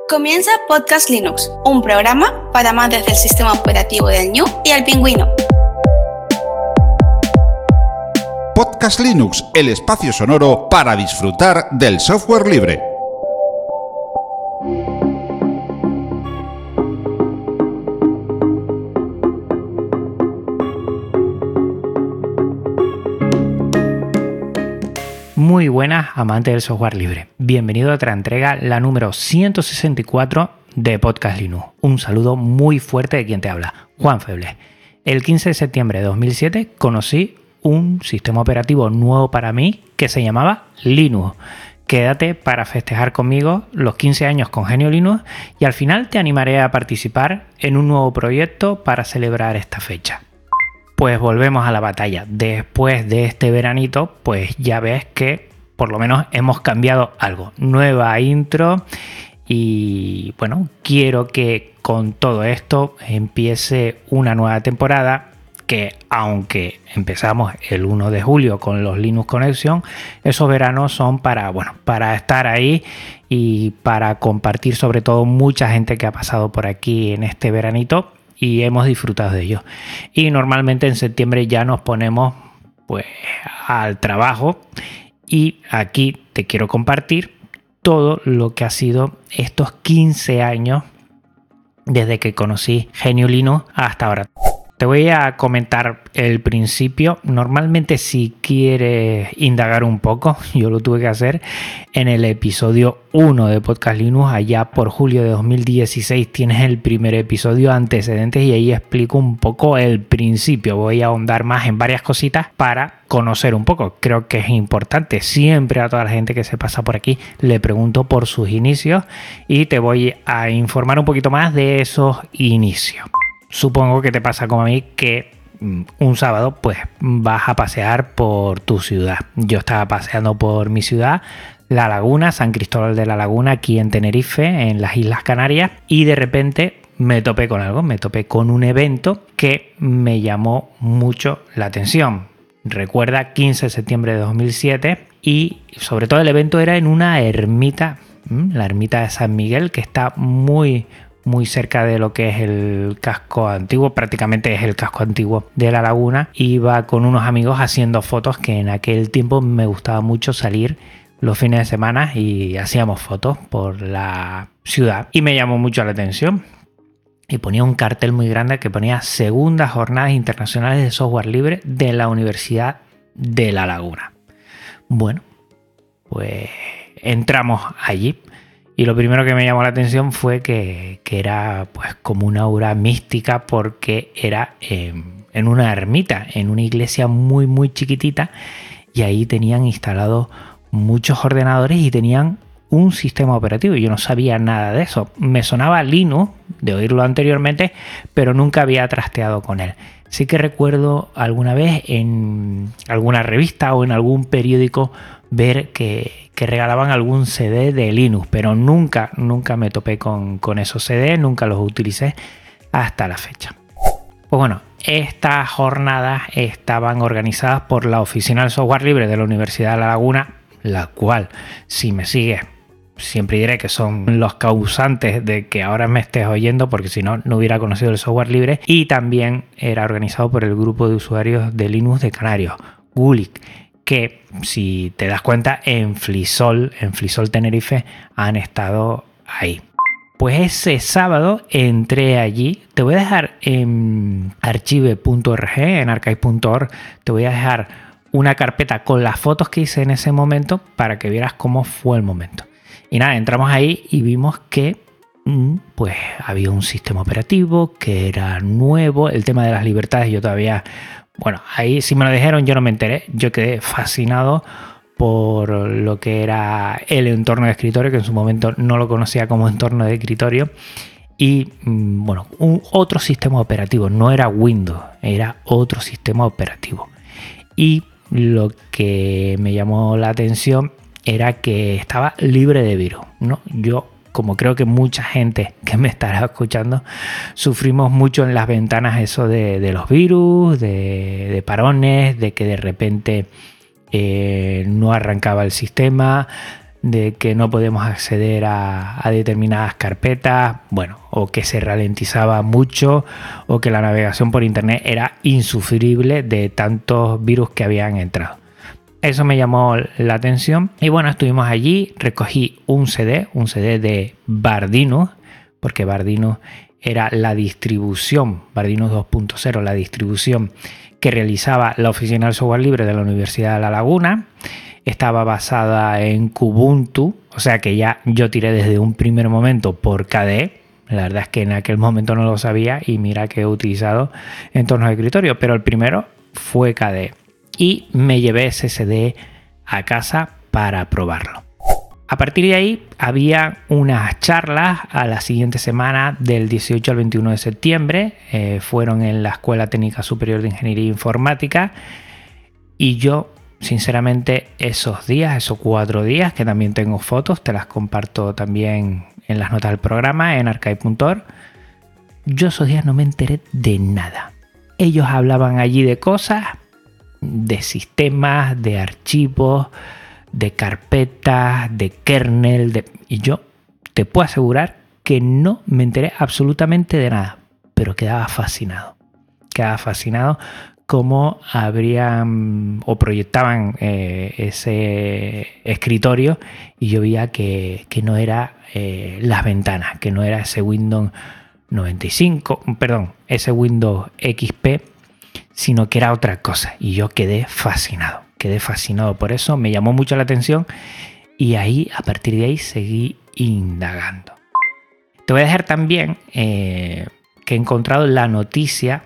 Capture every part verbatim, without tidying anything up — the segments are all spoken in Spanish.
Comienza Podcast Linux, un programa para amantes del sistema operativo del Ñu y el Pingüino. Podcast Linux, el espacio sonoro para disfrutar del software libre. Muy buenas, amantes del software libre. Bienvenido a otra entrega, la número ciento sesenta y cuatro de Podcast Linux. Un saludo muy fuerte de quien te habla, Juan Febles. El quince de septiembre de dos mil siete conocí un sistema operativo nuevo para mí que se llamaba Linux. Quédate para festejar conmigo los quince años con Genio Linux y al final te animaré a participar en un nuevo proyecto para celebrar esta fecha. Pues volvemos a la batalla. Después de este veranito, pues ya ves que por lo menos hemos cambiado algo. Nueva intro y bueno, quiero que con todo esto empiece una nueva temporada que aunque empezamos el uno de julio con los Linux Connection, esos veranos son para, bueno, para estar ahí y para compartir sobre todo mucha gente que ha pasado por aquí en este veranito y hemos disfrutado de ello. Y normalmente en septiembre ya nos ponemos pues al trabajo y aquí te quiero compartir todo lo que ha sido estos quince años desde que conocí Genio Linux hasta ahora. Te voy a comentar el principio. Normalmente si quieres indagar un poco, yo lo tuve que hacer en el episodio uno de Podcast Linux, allá por julio de dos mil dieciséis tienes el primer episodio, antecedentes, y ahí explico un poco el principio. Voy a ahondar más en varias cositas para conocer un poco. Creo que es importante. Siempre a toda la gente que se pasa por aquí le pregunto por sus inicios y te voy a informar un poquito más de esos inicios. Supongo que te pasa como a mí que un sábado pues vas a pasear por tu ciudad. Yo estaba paseando por mi ciudad, La Laguna, San Cristóbal de la Laguna, aquí en Tenerife, en las Islas Canarias, y de repente me topé con algo, me topé con un evento que me llamó mucho la atención. Recuerda, quince de septiembre de dos mil siete, y sobre todo el evento era en una ermita, la ermita de San Miguel, que está muy muy cerca de lo que es el casco antiguo, prácticamente es el casco antiguo de La Laguna. Iba con unos amigos haciendo fotos, que en aquel tiempo me gustaba mucho salir los fines de semana y hacíamos fotos por la ciudad y me llamó mucho la atención. Y ponía un cartel muy grande que ponía Segundas Jornadas Internacionales de Software Libre de la Universidad de La Laguna. Bueno, pues entramos allí. Y lo primero que me llamó la atención fue que, que era pues como una aura mística, porque era eh, en una ermita, en una iglesia muy muy chiquitita, y ahí tenían instalados muchos ordenadores y tenían un sistema operativo. Yo no sabía nada de eso. Me sonaba Linux de oírlo anteriormente, pero nunca había trasteado con él. Sí que recuerdo alguna vez en alguna revista o en algún periódico ver que, que regalaban algún C D de Linux, pero nunca, nunca me topé con, con esos C D, nunca los utilicé hasta la fecha. Pues bueno, estas jornadas estaban organizadas por la Oficina del Software Libre de la Universidad de La Laguna, la cual, si me sigues, siempre diré que son los causantes de que ahora me estés oyendo, porque si no, no hubiera conocido el software libre. Y también era organizado por el grupo de usuarios de Linux de Canarios, Gulic, que si te das cuenta en Flisol, en Flisol Tenerife han estado ahí. Pues ese sábado entré allí. Te voy a dejar en archive punto org, en archive punto org, te voy a dejar una carpeta con las fotos que hice en ese momento para que vieras cómo fue el momento. Y nada, entramos ahí y vimos que pues había un sistema operativo que era nuevo. El tema de las libertades yo todavía... Bueno, ahí si me lo dijeron yo no me enteré. Yo quedé fascinado por lo que era el entorno de escritorio, que en su momento no lo conocía como entorno de escritorio. Y bueno, un otro sistema operativo. No era Windows, era otro sistema operativo. Y lo que me llamó la atención era que estaba libre de virus, ¿no? Yo, como creo que mucha gente que me estará escuchando, sufrimos mucho en las ventanas eso de, de los virus, de, de parones, de que de repente eh, no arrancaba el sistema, de que no podíamos acceder a, a determinadas carpetas, bueno, o que se ralentizaba mucho, o que la navegación por internet era insufrible de tantos virus que habían entrado. Eso me llamó la atención y bueno, estuvimos allí, recogí un C D, un C D de Bardinus, porque Bardinus era la distribución, Bardinus dos punto cero, la distribución que realizaba la Oficina del Software Libre de la Universidad de La Laguna. Estaba basada en Kubuntu, o sea que ya yo tiré desde un primer momento por K D E. La verdad es que en aquel momento no lo sabía y mira que he utilizado entornos de escritorio, pero el primero fue K D E. Y me llevé ese C D a casa para probarlo. A partir de ahí había unas charlas a la siguiente semana del dieciocho al veintiuno de septiembre. Eh, fueron en la Escuela Técnica Superior de Ingeniería Informática y yo, sinceramente, esos días, esos cuatro días, que también tengo fotos, te las comparto también en las notas del programa en archive punto org, yo esos días no me enteré de nada. Ellos hablaban allí de cosas, de sistemas, de archivos, de carpetas, de kernel, de... y yo te puedo asegurar que no me enteré absolutamente de nada, pero quedaba fascinado. Quedaba fascinado cómo habrían o proyectaban eh, ese escritorio y yo veía que, que no era eh, las ventanas, que no era ese Windows noventa y cinco, perdón, ese Windows X P, sino que era otra cosa y yo quedé fascinado. Quedé fascinado por eso, me llamó mucho la atención y ahí, a partir de ahí, seguí indagando. Te voy a dejar también eh, que he encontrado la noticia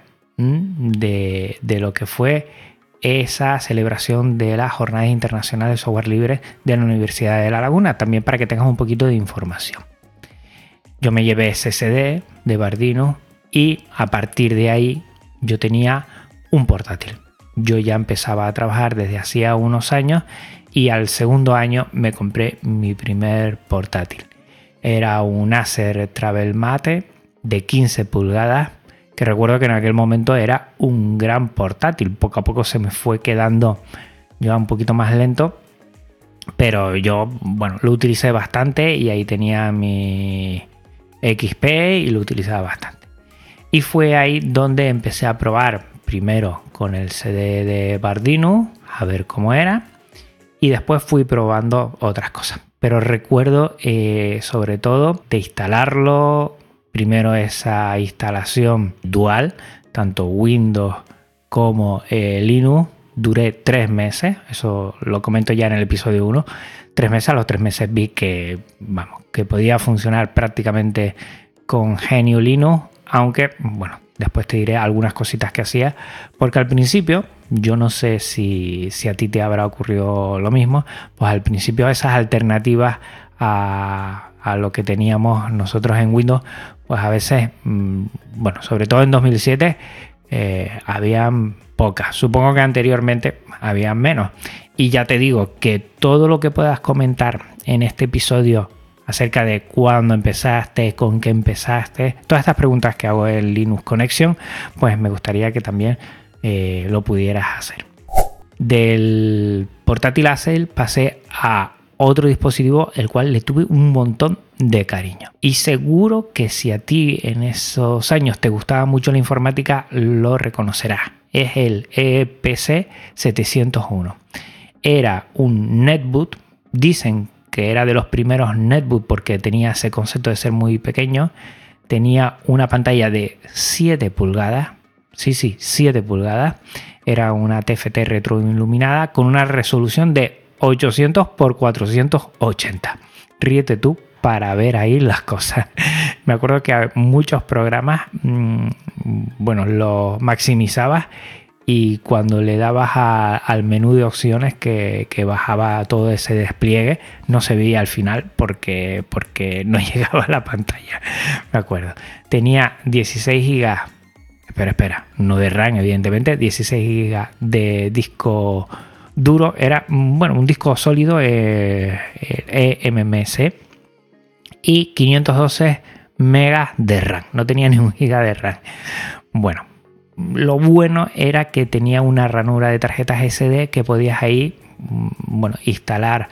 de, de lo que fue esa celebración de las Jornadas Internacionales de Software Libre de la Universidad de La Laguna, también para que tengas un poquito de información. Yo me llevé ese C D de Bardinus y a partir de ahí yo tenía un portátil. Yo ya empezaba a trabajar desde hacía unos años y al segundo año me compré mi primer portátil. Era un Acer Travelmate de quince pulgadas, que recuerdo que en aquel momento era un gran portátil. Poco a poco se me fue quedando ya un poquito más lento, pero yo, bueno, lo utilicé bastante y ahí tenía mi X P y lo utilizaba bastante. Y fue ahí donde empecé a probar primero con el C D de Bardinus, a ver cómo era, y después fui probando otras cosas. Pero recuerdo eh, sobre todo de instalarlo, primero esa instalación dual, tanto Windows como eh, Linux, duré tres meses, eso lo comento ya en el episodio uno, tres meses, a los tres meses vi que, vamos, que podía funcionar prácticamente con G N U Linux, aunque, bueno, después te diré algunas cositas que hacía, porque al principio, yo no sé si, si a ti te habrá ocurrido lo mismo, pues al principio esas alternativas a, a lo que teníamos nosotros en Windows, pues a veces, bueno, sobre todo en dos mil siete, eh, habían pocas. Supongo que anteriormente habían menos. Y ya te digo que todo lo que puedas comentar en este episodio acerca de cuándo empezaste, con qué empezaste, todas estas preguntas que hago en Linux Connection, pues me gustaría que también eh, lo pudieras hacer. Del portátil Acer pasé a otro dispositivo el cual le tuve un montón de cariño. Y seguro que si a ti en esos años te gustaba mucho la informática, lo reconocerás. Es el E P C setecientos uno. Era un netbook, dicen que era de los primeros netbook porque tenía ese concepto de ser muy pequeño. Tenía una pantalla de siete pulgadas. Sí, sí, siete pulgadas. Era una T F T retroiluminada con una resolución de ochocientos por cuatrocientos ochenta. Ríete tú para ver ahí las cosas. Me acuerdo que muchos programas, mmm, bueno, los maximizabas y cuando le dabas a, al menú de opciones que, que bajaba todo ese despliegue, no se veía al final porque, porque no llegaba a la pantalla. Me acuerdo. Tenía dieciséis gigas, espera, espera, no de RAM evidentemente, dieciséis gigas de disco duro. Era, bueno, un disco sólido eh, E M M C y quinientos doce megas de RAM. No tenía ni un giga de RAM. Bueno, lo bueno era que tenía una ranura de tarjetas S D que podías ahí, bueno, instalar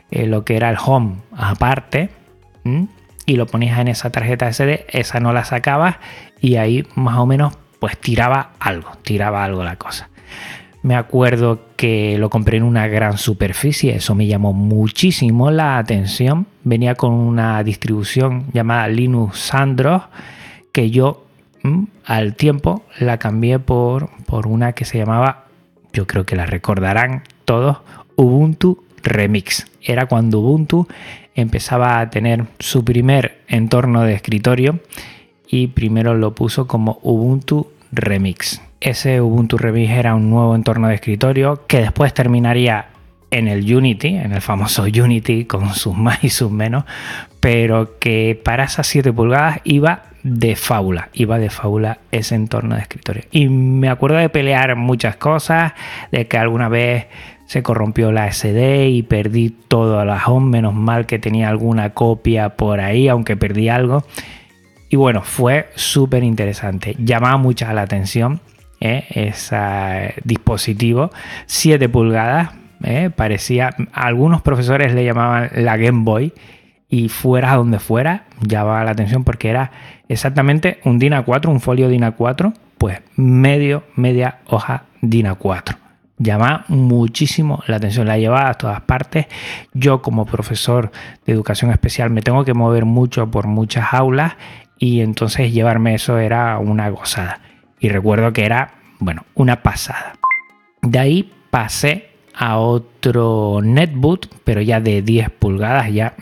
eh, lo que era el home aparte, ¿m? y lo ponías en esa tarjeta ese de, esa no la sacabas y ahí más o menos pues tiraba algo, tiraba algo la cosa. Me acuerdo que lo compré en una gran superficie, eso me llamó muchísimo la atención. Venía con una distribución llamada Linux Sandro, que yo mmm, al tiempo la cambié por, por una que se llamaba, yo creo que la recordarán todos, Ubuntu Remix. Era cuando Ubuntu empezaba a tener su primer entorno de escritorio y primero lo puso como Ubuntu Remix. Ese Ubuntu Remix era un nuevo entorno de escritorio que después terminaría en el Unity, en el famoso Unity con sus más y sus menos, pero que para esas siete pulgadas iba de fábula, iba de fábula ese entorno de escritorio. Y me acuerdo de pelear muchas cosas, de que alguna vez se corrompió la ese de y perdí todo a la home, menos mal que tenía alguna copia por ahí, aunque perdí algo. Y bueno, fue súper interesante, llamaba mucha la atención ¿eh? ese dispositivo, siete pulgadas, ¿eh? parecía, algunos profesores le llamaban la Game Boy y fuera donde fuera, llamaba la atención porque era exactamente un DIN A cuatro, un folio DIN A cuatro, pues medio, media hoja DIN A cuatro. Llama muchísimo la atención, la llevaba a todas partes. Yo como profesor de educación especial me tengo que mover mucho por muchas aulas y entonces llevarme eso era una gozada. Y recuerdo que era, bueno, una pasada. De ahí pasé a otro netbook, pero ya de diez pulgadas, ya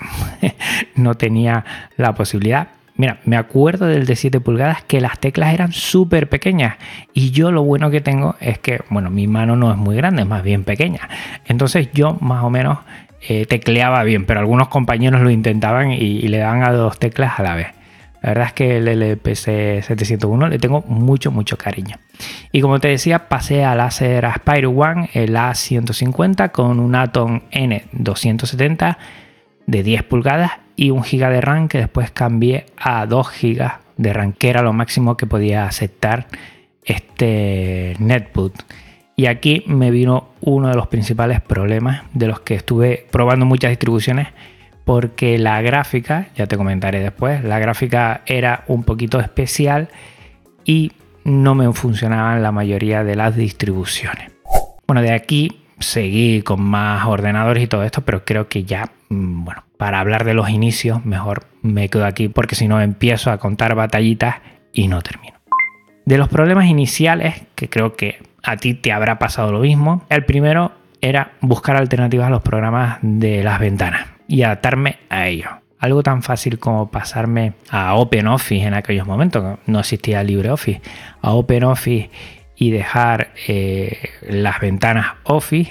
no tenía la posibilidad. Mira, me acuerdo del de siete pulgadas que las teclas eran súper pequeñas y yo lo bueno que tengo es que, bueno, mi mano no es muy grande, es más bien pequeña. Entonces yo más o menos eh, tecleaba bien, pero algunos compañeros lo intentaban y, y le daban a dos teclas a la vez. La verdad es que el L P C setecientos uno le tengo mucho, mucho cariño. Y como te decía, pasé al Acer Aspire One, el A ciento cincuenta con un Atom N doscientos setenta de diez pulgadas y un giga de RAM, que después cambié a dos gigas de RAM, que era lo máximo que podía aceptar este netbook. Y aquí me vino uno de los principales problemas de los que estuve probando muchas distribuciones, porque la gráfica, ya te comentaré después, la gráfica era un poquito especial y no me funcionaban la mayoría de las distribuciones. Bueno, de aquí seguí con más ordenadores y todo esto, pero creo que ya, bueno, para hablar de los inicios, mejor me quedo aquí, porque si no empiezo a contar batallitas y no termino. De los problemas iniciales, que creo que a ti te habrá pasado lo mismo, el primero era buscar alternativas a los programas de las ventanas y adaptarme a ellos. Algo tan fácil como pasarme a OpenOffice en aquellos momentos, no existía LibreOffice, a OpenOffice y dejar eh, las ventanas Office,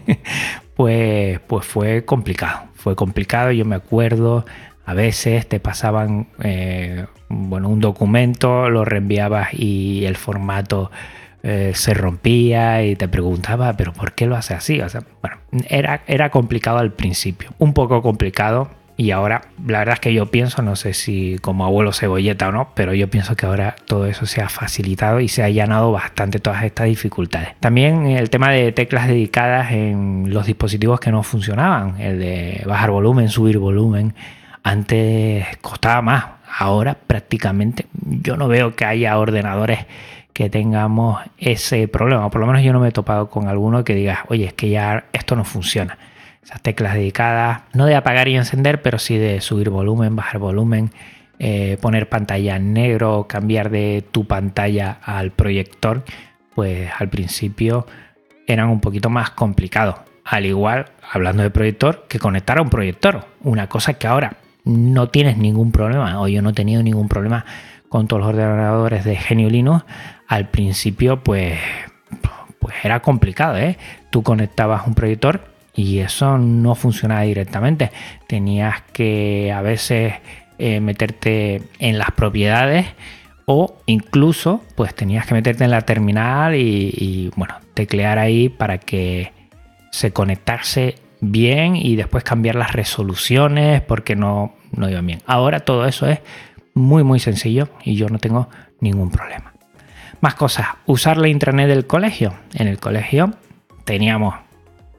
pues, pues fue complicado. Fue complicado, yo me acuerdo, a veces te pasaban eh, bueno, un documento, lo reenviabas y el formato eh, se rompía y te preguntaba, ¿pero por qué lo hace así? O sea, bueno, era, era complicado al principio, un poco complicado. Y ahora, la verdad es que yo pienso, no sé si como abuelo cebolleta o no, pero yo pienso que ahora todo eso se ha facilitado y se ha allanado bastante todas estas dificultades. También el tema de teclas dedicadas en los dispositivos que no funcionaban, el de bajar volumen, subir volumen, antes costaba más. Ahora prácticamente yo no veo que haya ordenadores que tengamos ese problema, por lo menos yo no me he topado con alguno que diga, oye, es que ya esto no funciona. Esas teclas dedicadas, no de apagar y encender, pero sí de subir volumen, bajar volumen, eh, poner pantalla en negro, cambiar de tu pantalla al proyector, pues al principio eran un poquito más complicados. Al igual, hablando de proyector, que conectar a un proyector. Una cosa que ahora no tienes ningún problema, o yo no he tenido ningún problema con todos los ordenadores de G N U Linux. Al principio, pues, pues era complicado, ¿eh? Tú conectabas un proyector y eso no funcionaba directamente. Tenías que a veces eh, meterte en las propiedades o incluso pues tenías que meterte en la terminal y, y bueno, teclear ahí para que se conectase bien y después cambiar las resoluciones porque no, no iban bien. Ahora todo eso es muy muy sencillo y yo no tengo ningún problema. Más cosas, usar la intranet del colegio. En el colegio teníamos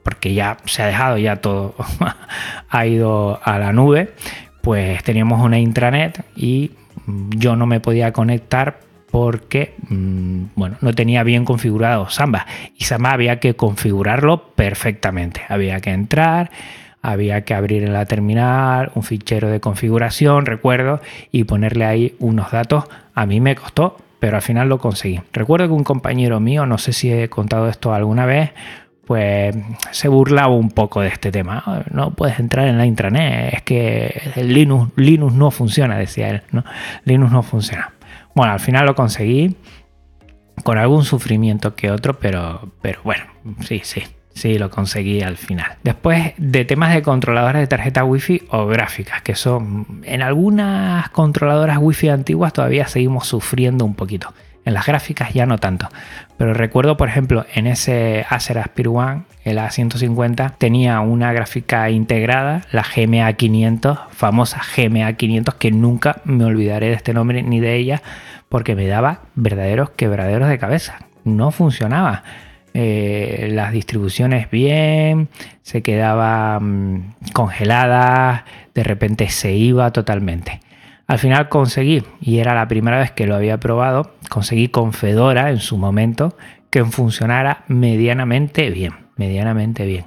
porque ya se ha dejado, ya todo ha ido a la nube, pues teníamos una intranet y yo no me podía conectar porque bueno, no tenía bien configurado Samba, y Samba había que configurarlo perfectamente. Había que entrar, había que abrir en la terminal un fichero de configuración, recuerdo, y ponerle ahí unos datos. A mí me costó, pero al final lo conseguí. Recuerdo que un compañero mío, no sé si he contado esto alguna vez, pues se burlaba un poco de este tema. No puedes entrar en la intranet, es que el Linux, Linux no funciona, decía él, ¿no? Linux no funciona. Bueno, al final lo conseguí, con algún sufrimiento que otro, pero, pero bueno, sí, sí, sí lo conseguí al final. Después de temas de controladores de tarjeta Wi-Fi o gráficas, que son en algunas controladoras Wi-Fi antiguas todavía seguimos sufriendo un poquito. En las gráficas ya no tanto, pero recuerdo, por ejemplo, en ese Acer Aspire One, el A ciento cincuenta, tenía una gráfica integrada, la G M A quinientos, famosa G M A quinientos, que nunca me olvidaré de este nombre ni de ella, porque me daba verdaderos quebraderos de cabeza. No funcionaba. Eh, las distribuciones bien, se quedaba mmm, congelada, de repente se iba totalmente. Al final conseguí, y era la primera vez que lo había probado, conseguí con Fedora en su momento que funcionara medianamente bien, medianamente bien.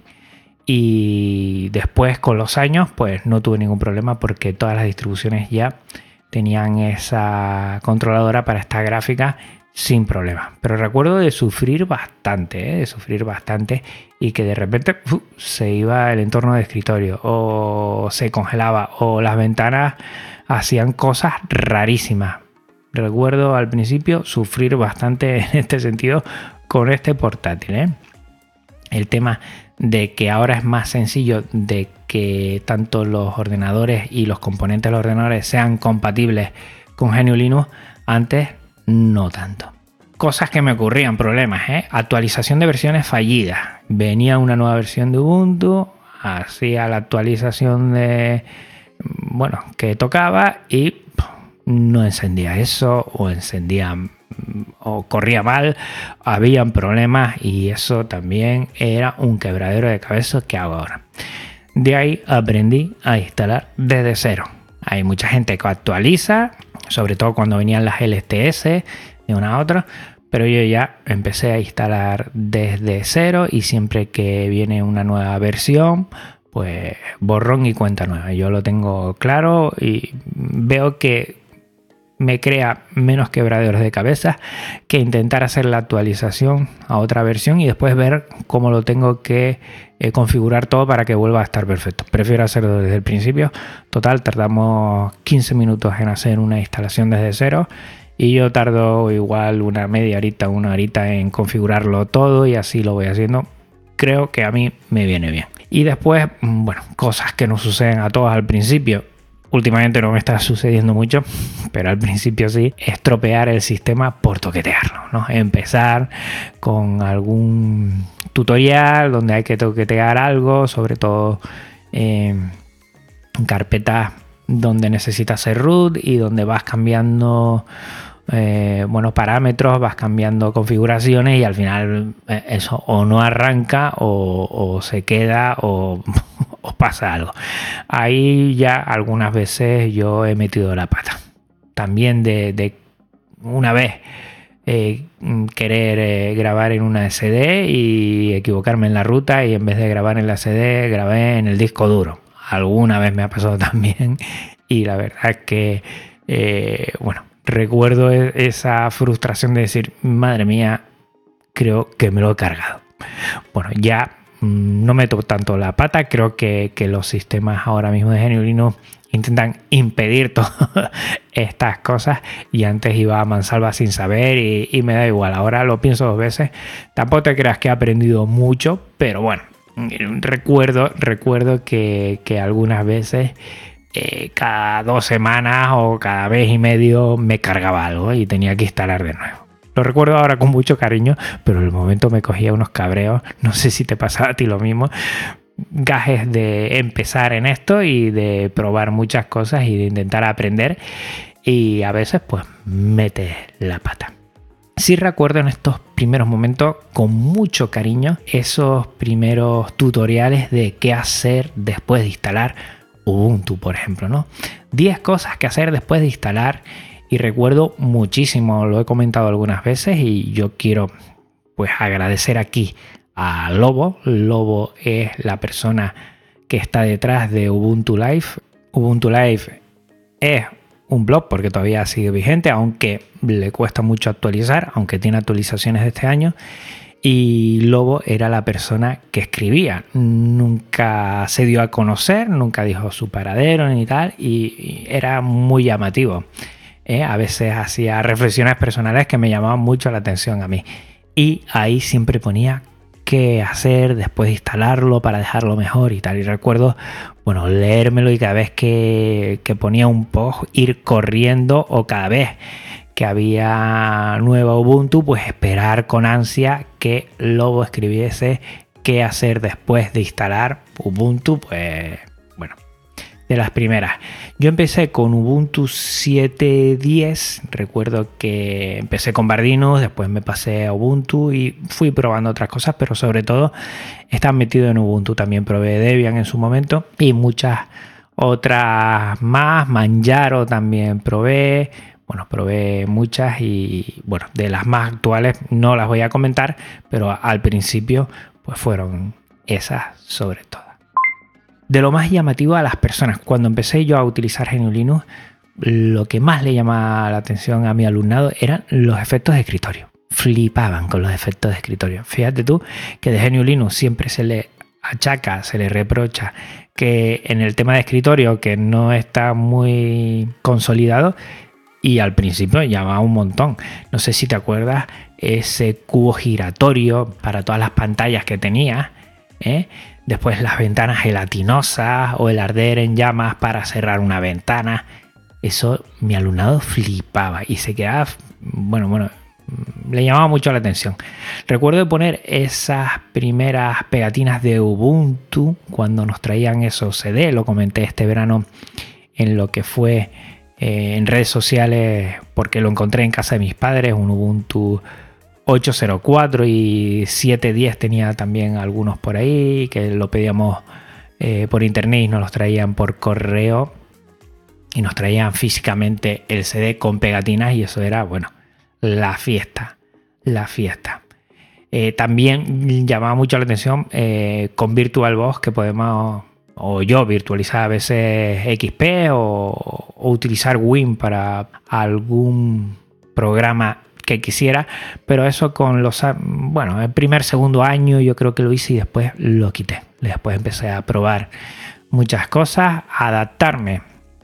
Y después con los años pues no tuve ningún problema porque todas las distribuciones ya tenían esa controladora para esta gráfica sin problema. Pero recuerdo de sufrir bastante, ¿eh? de sufrir bastante y que de repente uh, se iba el entorno de escritorio o se congelaba o las ventanas hacían cosas rarísimas. Recuerdo al principio sufrir bastante en este sentido con este portátil, ¿eh? El tema de que ahora es más sencillo de que tanto los ordenadores y los componentes de los ordenadores sean compatibles con G N U Linux, antes no tanto. Cosas que me ocurrían, problemas, ¿eh? Actualización de versiones fallidas. Venía una nueva versión de Ubuntu, hacía la actualización de bueno, que tocaba y no encendía eso, o encendía o corría mal, habían problemas y eso también era un quebradero de cabeza. ¿Qué hago ahora? De ahí aprendí a instalar desde cero. Hay mucha gente que actualiza, sobre todo cuando venían las L T S de una a otra, pero yo ya empecé a instalar desde cero y siempre que viene una nueva versión, pues borrón y cuenta nueva. Yo lo tengo claro y veo que me crea menos quebraderos de cabeza que intentar hacer la actualización a otra versión y después ver cómo lo tengo que eh, configurar todo para que vuelva a estar perfecto. Prefiero hacerlo desde el principio. Total, tardamos quince minutos en hacer una instalación desde cero y yo tardo igual una media horita, una horita en configurarlo todo y así lo voy haciendo. Creo que a mí me viene bien. Y después, bueno, cosas que nos suceden a todos al principio. Últimamente no me está sucediendo mucho, pero al principio sí, estropear el sistema por toquetearlo, ¿no? Empezar con algún tutorial donde hay que toquetear algo, sobre todo eh, en carpetas donde necesitas hacer root y donde vas cambiando eh, buenos parámetros, vas cambiando configuraciones y al final eh, eso o no arranca o, o se queda o... os pasa algo. Ahí ya algunas veces yo he metido la pata. También de, de una vez eh, querer eh, grabar en una S D y equivocarme en la ruta y en vez de grabar en la S D grabé en el disco duro. Alguna vez me ha pasado también y la verdad es que eh, bueno, recuerdo esa frustración de decir, madre mía, creo que me lo he cargado. Bueno, ya no meto tanto la pata, creo que, que los sistemas ahora mismo de G N U Linux intentan impedir todas estas cosas y antes iba a mansalva sin saber y, y me da igual, ahora lo pienso dos veces. Tampoco te creas que he aprendido mucho, pero bueno, recuerdo, recuerdo que, que algunas veces eh, cada dos semanas o cada vez y medio me cargaba algo y tenía que instalar de nuevo. Lo recuerdo ahora con mucho cariño, pero en el momento me cogía unos cabreos. No sé si te pasaba a ti lo mismo. Gajes de empezar en esto y de probar muchas cosas y de intentar aprender. Y a veces pues metes la pata. Sí recuerdo en estos primeros momentos con mucho cariño esos primeros tutoriales de qué hacer después de instalar Ubuntu, por ejemplo, ¿no? diez cosas que hacer después de instalar, y recuerdo muchísimo, lo he comentado algunas veces y yo quiero pues agradecer aquí a Lobo. Lobo es la persona que está detrás de Ubuntu Live. Ubuntu Live es un blog porque todavía sigue vigente, aunque le cuesta mucho actualizar, aunque tiene actualizaciones de este año. Y Lobo era la persona que escribía, nunca se dio a conocer, nunca dijo su paradero ni tal, y era muy llamativo. ¿eh? A veces hacía reflexiones personales que me llamaban mucho la atención a mí. Y ahí siempre ponía qué hacer después de instalarlo para dejarlo mejor y tal. Y recuerdo, bueno, leérmelo y cada vez que, que ponía un post ir corriendo, o cada vez que había nueva Ubuntu, pues esperar con ansia que Lobo escribiese qué hacer después de instalar Ubuntu, pues bueno, de las primeras. Yo empecé con Ubuntu siete punto diez, recuerdo que empecé con Bardinus, después me pasé a Ubuntu y fui probando otras cosas, pero sobre todo estaba metido en Ubuntu. También probé Debian en su momento y muchas otras más. Manjaro también probé. Bueno, probé muchas y bueno, de las más actuales no las voy a comentar, pero al principio pues fueron esas sobre todo. De lo más llamativo a las personas, cuando empecé yo a utilizar G N U Linux, lo que más le llamaba la atención a mi alumnado eran los efectos de escritorio. Flipaban con los efectos de escritorio. Fíjate tú que de G N U Linux siempre se le achaca, se le reprocha que en el tema de escritorio que no está muy consolidado, y al principio llamaba un montón. No sé si te acuerdas ese cubo giratorio para todas las pantallas que tenía, ¿eh? Después las ventanas gelatinosas o el arder en llamas para cerrar una ventana. Eso mi alumnado flipaba y se quedaba, bueno, bueno, le llamaba mucho la atención. Recuerdo poner esas primeras pegatinas de Ubuntu cuando nos traían esos C D, lo comenté este verano en lo que fue eh, en redes sociales, porque lo encontré en casa de mis padres, un Ubuntu ocho punto cero cuatro y siete punto diez tenía también algunos por ahí, que lo pedíamos eh, por internet y nos los traían por correo y nos traían físicamente el C D con pegatinas, y eso era, bueno, la fiesta, la fiesta. Eh, también llamaba mucho la atención eh, con VirtualBox, que podemos, o yo virtualizaba a veces X P o, o utilizar Win para algún programa que quisiera, pero eso con los, bueno, el primer, segundo año yo creo que lo hice y después lo quité. Después empecé a probar muchas cosas, a adaptarme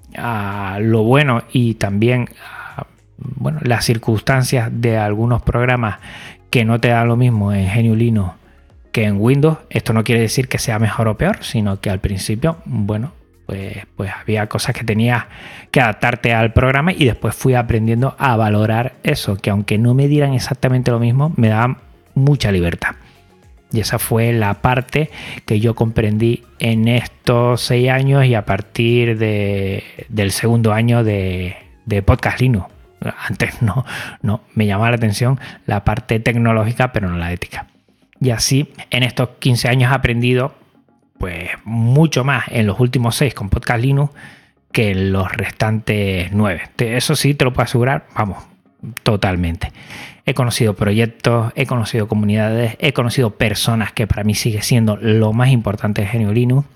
a lo bueno y también a, bueno, las circunstancias de algunos programas que no te dan lo mismo en G N U Linux que en Windows. Esto no quiere decir que sea mejor o peor, sino que al principio, bueno, pues, pues había cosas que tenías que adaptarte al programa, y después fui aprendiendo a valorar eso, que aunque no me dieran exactamente lo mismo, me daban mucha libertad. Y esa fue la parte que yo comprendí en estos seis años y a partir de, del segundo año de, de Podcast Linux. Antes no, no, me llamaba la atención la parte tecnológica, pero no la ética. Y así, en estos quince años he aprendido pues mucho más en los últimos seis con Podcast Linux que en los restantes nueve. Eso sí te lo puedo asegurar, vamos, totalmente. He conocido proyectos, he conocido comunidades, he conocido personas, que para mí sigue siendo lo más importante de G N U Linux.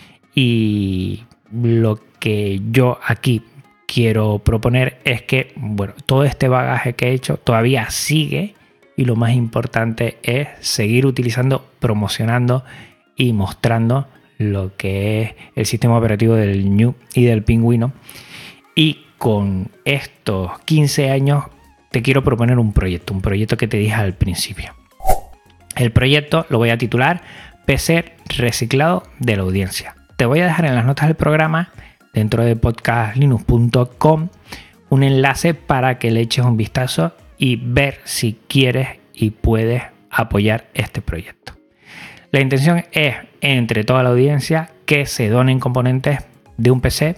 Y lo que yo aquí quiero proponer es que, bueno, todo este bagaje que he hecho todavía sigue, y lo más importante es seguir utilizando, promocionando y mostrando lo que es el sistema operativo del Gnu y del Pingüino. Y con estos quince años te quiero proponer un proyecto, un proyecto que te dije al principio. El proyecto lo voy a titular P C Reciclado de la Audiencia. Te voy a dejar en las notas del programa, dentro de podcast linux punto com, un enlace para que le eches un vistazo y ver si quieres y puedes apoyar este proyecto. La intención es, entre toda la audiencia, que se donen componentes de un P C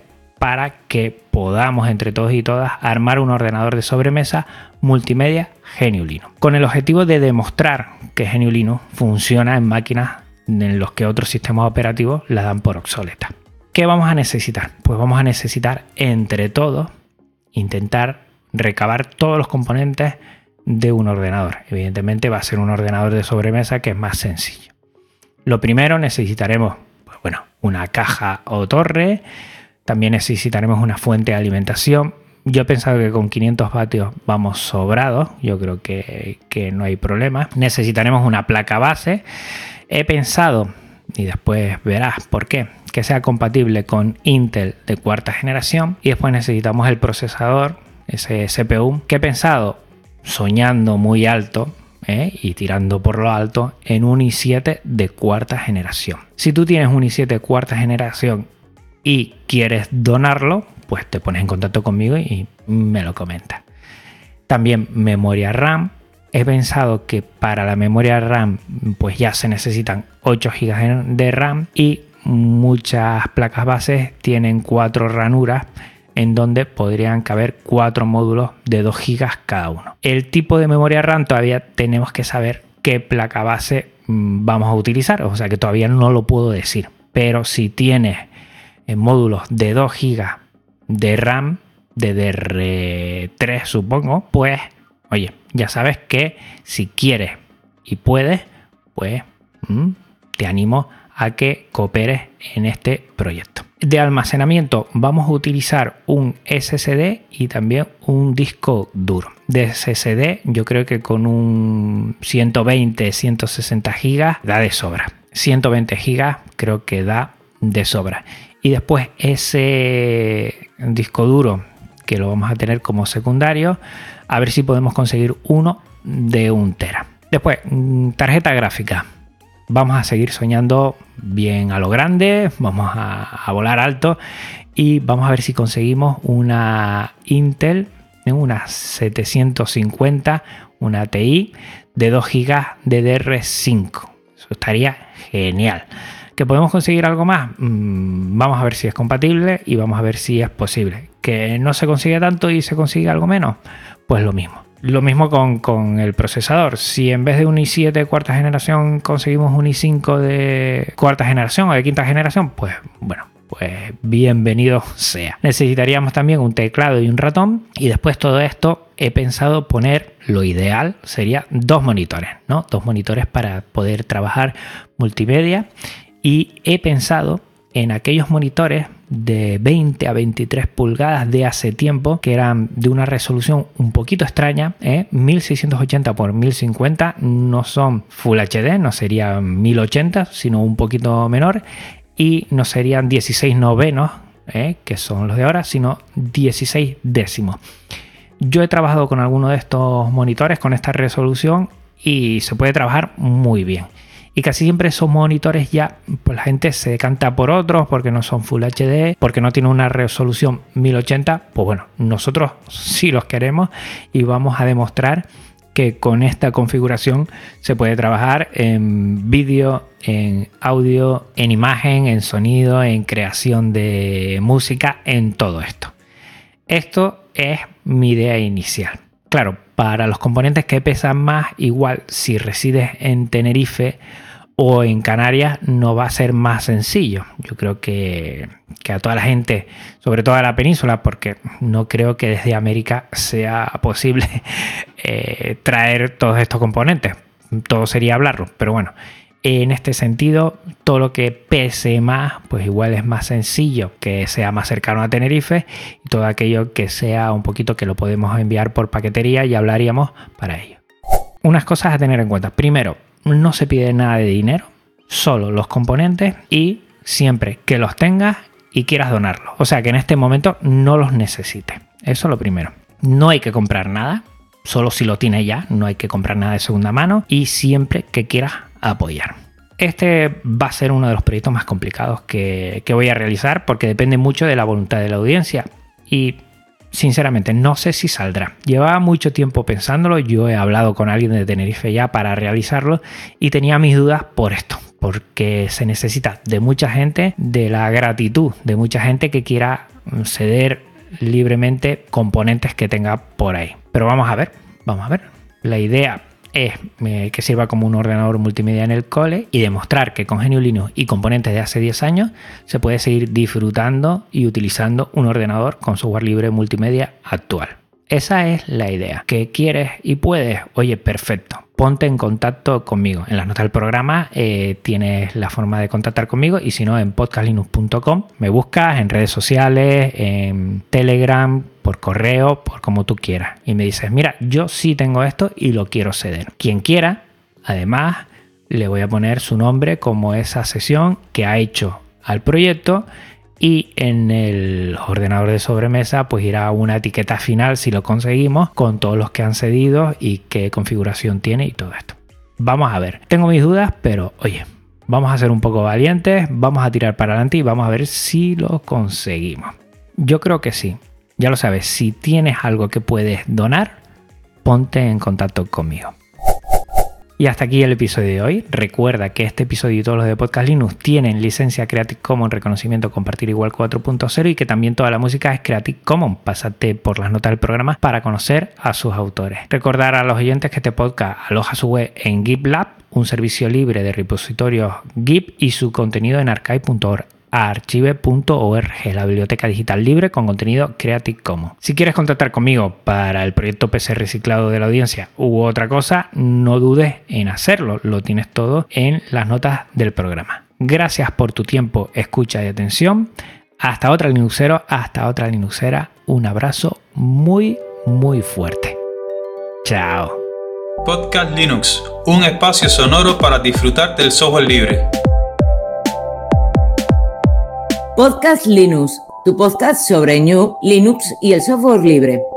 para que podamos entre todos y todas armar un ordenador de sobremesa multimedia G N U Linux, con el objetivo de demostrar que G N U Linux funciona en máquinas en los que otros sistemas operativos la dan por obsoleta. ¿Qué vamos a necesitar? Pues vamos a necesitar entre todos intentar recabar todos los componentes de un ordenador. Evidentemente va a ser un ordenador de sobremesa que es más sencillo. Lo primero necesitaremos, pues bueno, una caja o torre. También necesitaremos una fuente de alimentación. Yo he pensado que con quinientos vatios vamos sobrados. Yo creo que, que no hay problema. Necesitaremos una placa base. He pensado, y después verás por qué, que sea compatible con Intel de cuarta generación. Y después necesitamos el procesador, ese C P U, que he pensado, soñando muy alto, ¿eh? y tirando por lo alto, en un i siete de cuarta generación. Si tú tienes un i siete de cuarta generación y quieres donarlo, pues te pones en contacto conmigo y me lo comentas. También memoria RAM. He pensado que para la memoria RAM pues ya se necesitan ocho gigas de RAM y muchas placas bases tienen cuatro ranuras en donde podrían caber cuatro módulos de dos gigas cada uno. El tipo de memoria RAM todavía tenemos que saber qué placa base vamos a utilizar, o sea que todavía no lo puedo decir. Pero si tienes módulos de dos gigas de RAM, de D D R tres supongo, pues oye, ya sabes que si quieres y puedes, pues mmm, te animo a que cooperes en este proyecto. De almacenamiento vamos a utilizar un S S D y también un disco duro. De S S D yo creo que con un ciento veinte, ciento sesenta gigas da de sobra. ciento veinte gigas creo que da de sobra. Y después ese disco duro que lo vamos a tener como secundario, a ver si podemos conseguir uno de un tera. Después, tarjeta gráfica. Vamos a seguir soñando bien a lo grande, vamos a, a volar alto y vamos a ver si conseguimos una Intel, una setecientos cincuenta, una T I de dos gigas de D D R cinco. Eso estaría genial. ¿Que podemos conseguir algo más? Mm, vamos a ver si es compatible y vamos a ver si es posible. ¿Que no se consigue tanto y se consigue algo menos? Pues lo mismo. Lo mismo con, con el procesador. Si en vez de un i siete de cuarta generación conseguimos un i cinco de cuarta generación o de quinta generación, pues bueno, pues bienvenido sea. Necesitaríamos también un teclado y un ratón. Y después todo esto he pensado poner, lo ideal sería dos monitores, ¿no? Dos monitores para poder trabajar multimedia. Y he pensado en aquellos monitores de veinte a veintitrés pulgadas de hace tiempo, que eran de una resolución un poquito extraña, ¿eh? mil seiscientos ochenta por mil cincuenta, no son Full H D, no serían mil ochenta, sino un poquito menor, y no serían dieciséis novenos, ¿eh? que son los de ahora, sino dieciséis décimos. Yo he trabajado con alguno de estos monitores con esta resolución y se puede trabajar muy bien. Y casi siempre esos monitores ya, pues la gente se decanta por otros porque no son Full H D, porque no tienen una resolución mil ochenta. Pues bueno, nosotros sí los queremos y vamos a demostrar que con esta configuración se puede trabajar en vídeo, en audio, en imagen, en sonido, en creación de música, en todo esto. Esto es mi idea inicial. Claro, para los componentes que pesan más, igual si resides en Tenerife o en Canarias no va a ser más sencillo. Yo creo que, que a toda la gente, sobre todo a la península, porque no creo que desde América sea posible eh, traer todos estos componentes. Todo sería hablarlo, pero bueno, en este sentido, todo lo que pese más, pues igual es más sencillo que sea más cercano a Tenerife, y todo aquello que sea un poquito que lo podemos enviar por paquetería y hablaríamos para ello. Unas cosas a tener en cuenta. Primero, no se pide nada de dinero, solo los componentes y siempre que los tengas y quieras donarlos. O sea que en este momento no los necesites. Eso es lo primero. No hay que comprar nada, solo si lo tienes ya, no hay que comprar nada de segunda mano y siempre que quieras apoyar. Este va a ser uno de los proyectos más complicados que, que voy a realizar porque depende mucho de la voluntad de la audiencia y sinceramente no sé si saldrá. Llevaba mucho tiempo pensándolo, yo he hablado con alguien de Tenerife ya para realizarlo y tenía mis dudas por esto, porque se necesita de mucha gente, de la gratitud de mucha gente que quiera ceder libremente componentes que tenga por ahí. Pero vamos a ver, vamos a ver. La idea es eh, que sirva como un ordenador multimedia en el cole y demostrar que con G N U Linux y componentes de hace diez años se puede seguir disfrutando y utilizando un ordenador con software libre multimedia actual. Esa es la idea. ¿Que quieres y puedes? Oye, perfecto. Ponte en contacto conmigo. En las notas del programa eh, tienes la forma de contactar conmigo y si no en podcast linux punto com me buscas en redes sociales, en Telegram, por correo, por como tú quieras. Y me dices, mira, yo sí tengo esto y lo quiero ceder. Quien quiera, además, le voy a poner su nombre como esa sesión que ha hecho al proyecto. Y en el ordenador de sobremesa pues irá una etiqueta final si lo conseguimos con todos los que han cedido y qué configuración tiene y todo esto. Vamos a ver, tengo mis dudas, pero oye, vamos a ser un poco valientes, vamos a tirar para adelante y vamos a ver si lo conseguimos. Yo creo que sí, ya lo sabes, si tienes algo que puedes donar, ponte en contacto conmigo. Y hasta aquí el episodio de hoy. Recuerda que este episodio y todos los de Podcast Linux tienen licencia Creative Commons reconocimiento compartir igual cuatro punto cero y que también toda la música es Creative Commons. Pásate por las notas del programa para conocer a sus autores. Recordar a los oyentes que este podcast aloja su web en GitLab, un servicio libre de repositorios Git y su contenido en archive punto org. archive punto org, la biblioteca digital libre con contenido Creative Commons. Si quieres contactar conmigo para el proyecto P C reciclado de la audiencia u otra cosa, no dudes en hacerlo. Lo tienes todo en las notas del programa. Gracias por tu tiempo, escucha y atención. Hasta otra Linuxero, hasta otra Linuxera. Un abrazo muy, muy fuerte. Chao. Podcast Linux, un espacio sonoro para disfrutar del software libre. Podcast Linux, tu podcast sobre G N U, Linux y el software libre.